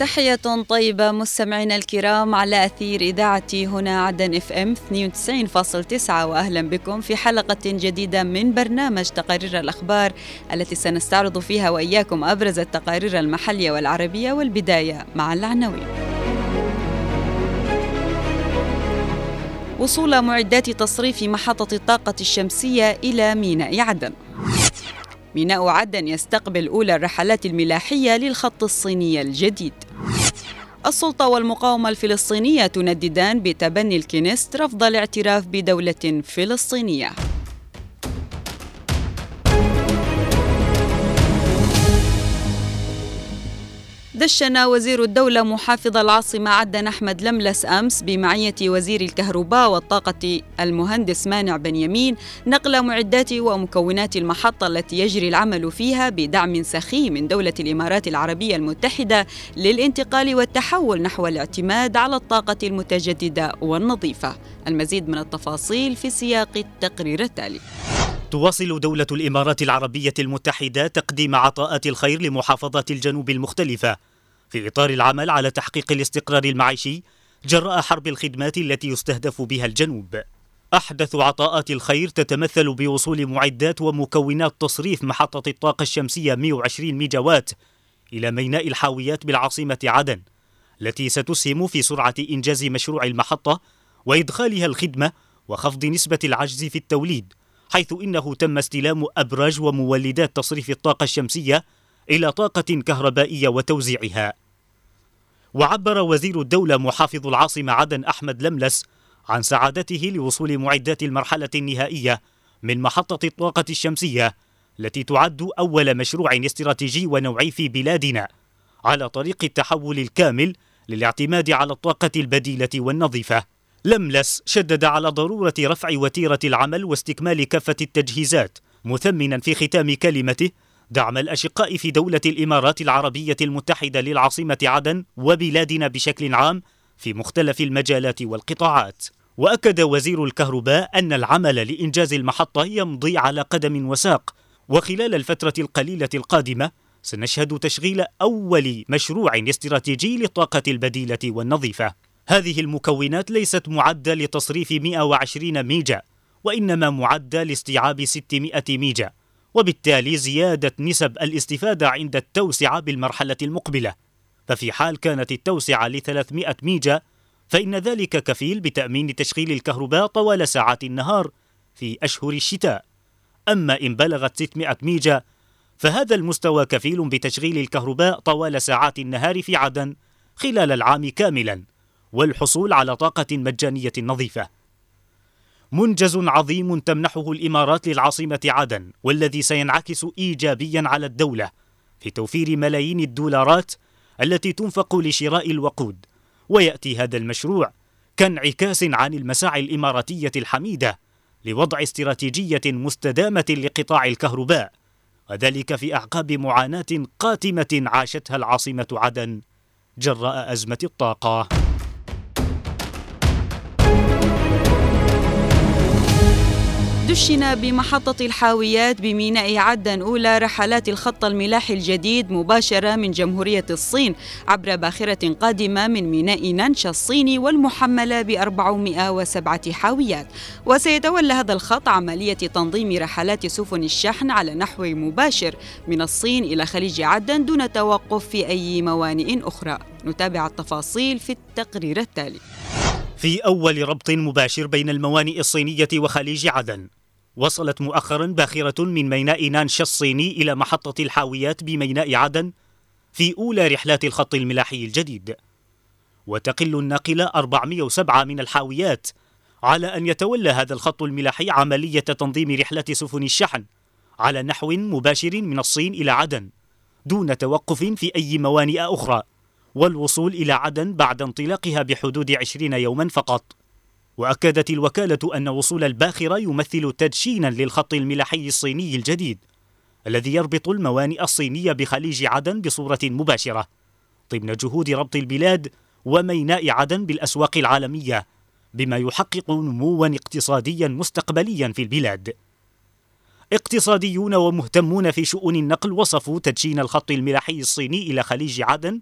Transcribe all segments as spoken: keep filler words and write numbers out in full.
تحية طيبة مستمعينا الكرام على أثير إذاعة هنا عدن اف ام اثنين وتسعين فاصلة تسعة، وأهلا بكم في حلقة جديدة من برنامج تقارير الأخبار التي سنستعرض فيها وإياكم أبرز التقارير المحلية والعربية، والبداية مع العناوين. وصول معدات تصريف محطة الطاقة الشمسية إلى ميناء عدن. ميناء عدن يستقبل أولى الرحلات الملاحية للخط الصيني الجديد. السلطة والمقاومة الفلسطينية تنددان بتبني الكنيست رفض الاعتراف بدولة فلسطينية. دشن وزير الدولة محافظ العاصمة عدن أحمد لملس أمس بمعية وزير الكهرباء والطاقة المهندس مانع بن يمين نقل معدات ومكونات المحطة التي يجري العمل فيها بدعم سخي من دولة الإمارات العربية المتحدة للانتقال والتحول نحو الاعتماد على الطاقة المتجددة والنظيفة. المزيد من التفاصيل في سياق التقرير التالي. تواصل دولة الإمارات العربية المتحدة تقديم عطاءات الخير لمحافظات الجنوب المختلفة في إطار العمل على تحقيق الاستقرار المعيشي جراء حرب الخدمات التي يستهدف بها الجنوب. أحدث عطاءات الخير تتمثل بوصول معدات ومكونات تصريف محطة الطاقة الشمسية مئة وعشرين ميجاوات إلى ميناء الحاويات بالعاصمة عدن، التي ستسهم في سرعة إنجاز مشروع المحطة وإدخالها الخدمة وخفض نسبة العجز في التوليد، حيث إنه تم استلام أبراج ومولدات تصريف الطاقة الشمسية إلى طاقة كهربائية وتوزيعها. وعبر وزير الدولة محافظ العاصمة عدن أحمد لملس عن سعادته لوصول معدات المرحلة النهائية من محطة الطاقة الشمسية، التي تعد أول مشروع استراتيجي ونوعي في بلادنا على طريق التحول الكامل للاعتماد على الطاقة البديلة والنظيفة. لملس شدد على ضرورة رفع وتيرة العمل واستكمال كافة التجهيزات، مثمنا في ختام كلمته دعم الأشقاء في دولة الإمارات العربية المتحدة للعاصمة عدن وبلادنا بشكل عام في مختلف المجالات والقطاعات. وأكد وزير الكهرباء أن العمل لإنجاز المحطة يمضي على قدم وساق، وخلال الفترة القليلة القادمة سنشهد تشغيل أول مشروع استراتيجي للطاقة البديلة والنظيفة. هذه المكونات ليست معدة لتصريف مئة وعشرين ميجا، وإنما معدة لاستيعاب ستمئة ميجا، وبالتالي زيادة نسب الاستفادة عند التوسعة بالمرحلة المقبلة. ففي حال كانت التوسعة لثلاثمئة ميجا فإن ذلك كفيل بتأمين تشغيل الكهرباء طوال ساعات النهار في أشهر الشتاء. أما إن بلغت ستمئة ميجا فهذا المستوى كفيل بتشغيل الكهرباء طوال ساعات النهار في عدن خلال العام كاملا، والحصول على طاقة مجانية نظيفة. منجز عظيم تمنحه الإمارات للعاصمة عدن، والذي سينعكس إيجابيا على الدولة في توفير ملايين الدولارات التي تنفق لشراء الوقود. ويأتي هذا المشروع كانعكاس عن المساعي الإماراتية الحميدة لوضع استراتيجية مستدامة لقطاع الكهرباء، وذلك في أعقاب معاناة قاتمة عاشتها العاصمة عدن جراء أزمة الطاقة. دشن بمحطة الحاويات بميناء عدن أولى رحلات الخط الملاحي الجديد مباشرة من جمهورية الصين عبر باخرة قادمة من ميناء نانشا الصيني والمحملة بأربعمئة وسبعة حاويات. وسيتولى هذا الخط عملية تنظيم رحلات سفن الشحن على نحو مباشر من الصين إلى خليج عدن دون توقف في أي موانئ أخرى. نتابع التفاصيل في التقرير التالي. في أول ربط مباشر بين الموانئ الصينية وخليج عدن، وصلت مؤخرا باخرة من ميناء نانشا الصيني إلى محطة الحاويات بميناء عدن في أولى رحلات الخط الملاحي الجديد. وتقل الناقلة أربعمئة وسبعة من الحاويات على أن يتولى هذا الخط الملاحي عملية تنظيم رحلات سفن الشحن على نحو مباشر من الصين إلى عدن دون توقف في أي موانئ أخرى، والوصول إلى عدن بعد انطلاقها بحدود عشرين يوما فقط. وأكدت الوكالة أن وصول الباخرة يمثل تدشينا للخط الملاحي الصيني الجديد الذي يربط الموانئ الصينية بخليج عدن بصورة مباشرة ضمن جهود ربط البلاد وميناء عدن بالأسواق العالمية، بما يحقق نموا اقتصاديا مستقبليا في البلاد. اقتصاديون ومهتمون في شؤون النقل وصفوا تدشين الخط الملاحي الصيني إلى خليج عدن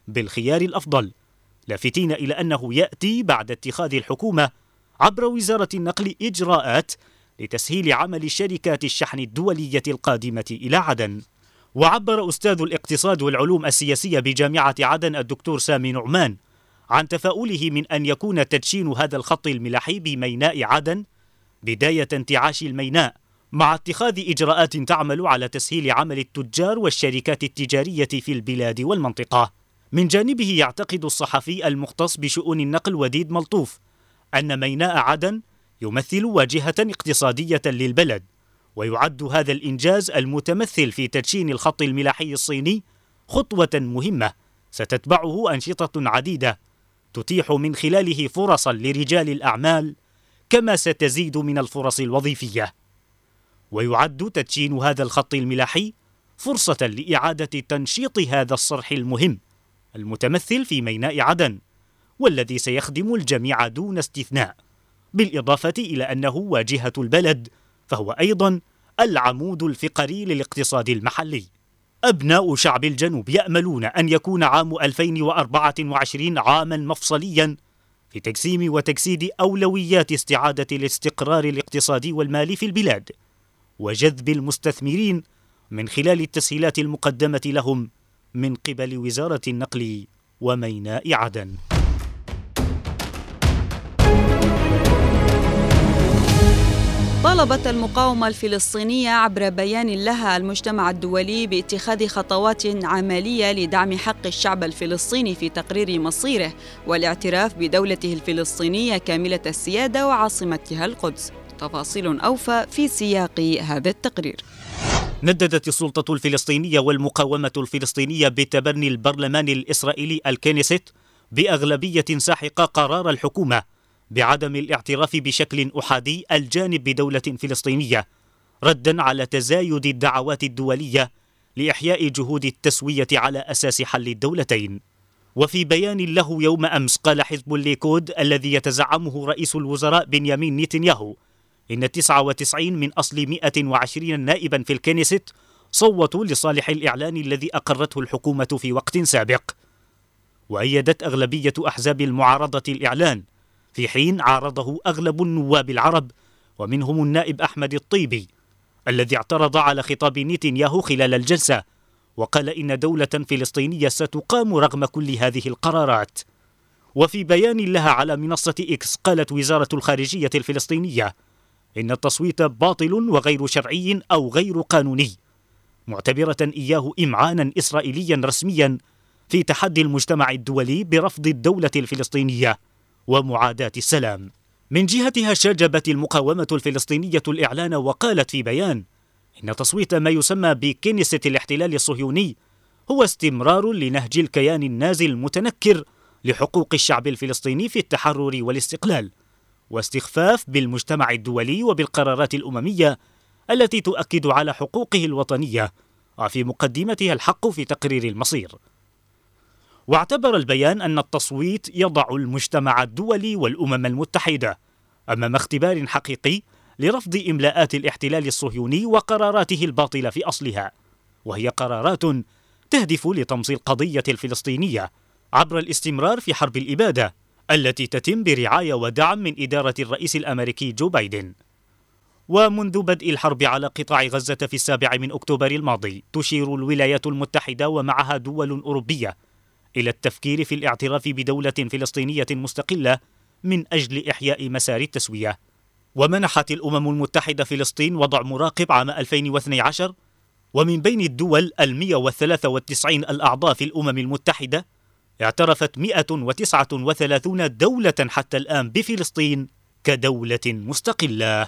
بالخيار الأفضل، لافتين إلى أنه يأتي بعد اتخاذ الحكومة عبر وزارة النقل إجراءات لتسهيل عمل شركات الشحن الدولية القادمة إلى عدن. وعبر أستاذ الاقتصاد والعلوم السياسية بجامعة عدن الدكتور سامي نعمان عن تفاؤله من أن يكون تدشين هذا الخط الملاحي بميناء عدن بداية انتعاش الميناء، مع اتخاذ إجراءات تعمل على تسهيل عمل التجار والشركات التجارية في البلاد والمنطقة. من جانبه يعتقد الصحفي المختص بشؤون النقل وديد ملطوف أن ميناء عدن يمثل واجهة اقتصادية للبلد، ويعد هذا الإنجاز المتمثل في تدشين الخط الملاحي الصيني خطوة مهمة ستتبعه أنشطة عديدة تتيح من خلاله فرصا لرجال الأعمال، كما ستزيد من الفرص الوظيفية. ويعد تدشين هذا الخط الملاحي فرصة لإعادة تنشيط هذا الصرح المهم المتمثل في ميناء عدن، والذي سيخدم الجميع دون استثناء، بالإضافة إلى أنه واجهة البلد، فهو أيضا العمود الفقري للاقتصاد المحلي. أبناء شعب الجنوب يأملون أن يكون عام ألفين وأربعة وعشرين عاما مفصليا في تجسيم وتجسيد أولويات استعادة الاستقرار الاقتصادي والمالي في البلاد، وجذب المستثمرين من خلال التسهيلات المقدمة لهم من قبل وزارة النقل وميناء عدن. طالبت المقاومة الفلسطينية عبر بيان لها المجتمع الدولي باتخاذ خطوات عملية لدعم حق الشعب الفلسطيني في تقرير مصيره والاعتراف بدولته الفلسطينية كاملة السيادة وعاصمتها القدس. تفاصيل أوفى في سياق هذا التقرير. نددت السلطة الفلسطينية والمقاومة الفلسطينية بتبني البرلمان الإسرائيلي الكنيست بأغلبية ساحقة قرار الحكومة بعدم الاعتراف بشكل أحادي الجانب بدولة فلسطينية، ردا على تزايد الدعوات الدولية لإحياء جهود التسوية على أساس حل الدولتين. وفي بيان له يوم أمس قال حزب الليكود الذي يتزعمه رئيس الوزراء بنيامين نتنياهو إن تسعة وتسعين من أصل مئة وعشرين نائبا في الكنيست صوتوا لصالح الإعلان الذي أقرته الحكومة في وقت سابق. وأيدت أغلبية أحزاب المعارضة الإعلان، في حين عارضه أغلب النواب العرب ومنهم النائب أحمد الطيبي الذي اعترض على خطاب نتنياهو خلال الجلسة، وقال إن دولة فلسطينية ستقام رغم كل هذه القرارات. وفي بيان لها على منصة إكس قالت وزارة الخارجية الفلسطينية إن التصويت باطل وغير شرعي أو غير قانوني، معتبرة إياه إمعانا إسرائيليا رسميا في تحدي المجتمع الدولي برفض الدولة الفلسطينية ومعاداة السلام. من جهتها شجبت المقاومة الفلسطينية الإعلان وقالت في بيان إن تصويت ما يسمى بكنيسة الاحتلال الصهيوني هو استمرار لنهج الكيان النازي المتنكر لحقوق الشعب الفلسطيني في التحرر والاستقلال، واستخفاف بالمجتمع الدولي وبالقرارات الأممية التي تؤكد على حقوقه الوطنية وفي مقدمتها الحق في تقرير المصير. واعتبر البيان أن التصويت يضع المجتمع الدولي والأمم المتحدة أمام اختبار حقيقي لرفض إملاءات الاحتلال الصهيوني وقراراته الباطلة في أصلها، وهي قرارات تهدف لطمس القضية الفلسطينية عبر الاستمرار في حرب الإبادة التي تتم برعاية ودعم من إدارة الرئيس الأمريكي جو بايدن. ومنذ بدء الحرب على قطاع غزة في السابع من أكتوبر الماضي تشير الولايات المتحدة ومعها دول أوروبية إلى التفكير في الاعتراف بدولة فلسطينية مستقلة من أجل إحياء مسار التسوية. ومنحت الأمم المتحدة فلسطين وضع مراقب عام ألفين واثني عشر، ومن بين الدول المئة وثلاثة وتسعين الأعضاء في الأمم المتحدة اعترفت مئة وتسعة وثلاثين دولة حتى الآن بفلسطين كدولة مستقلة.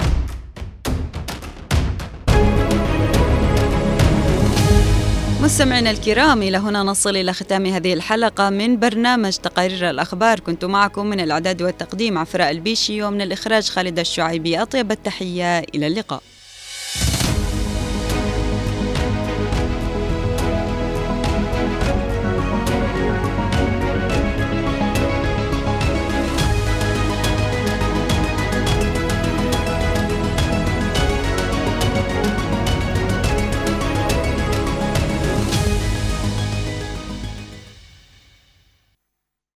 مستمعينا الكرام، إلى هنا نصل إلى ختام هذه الحلقة من برنامج تقارير الأخبار. كنت معكم من الإعداد والتقديم عفراء البيشي، ومن الإخراج خالد الشعيبي. أطيب التحية، إلى اللقاء.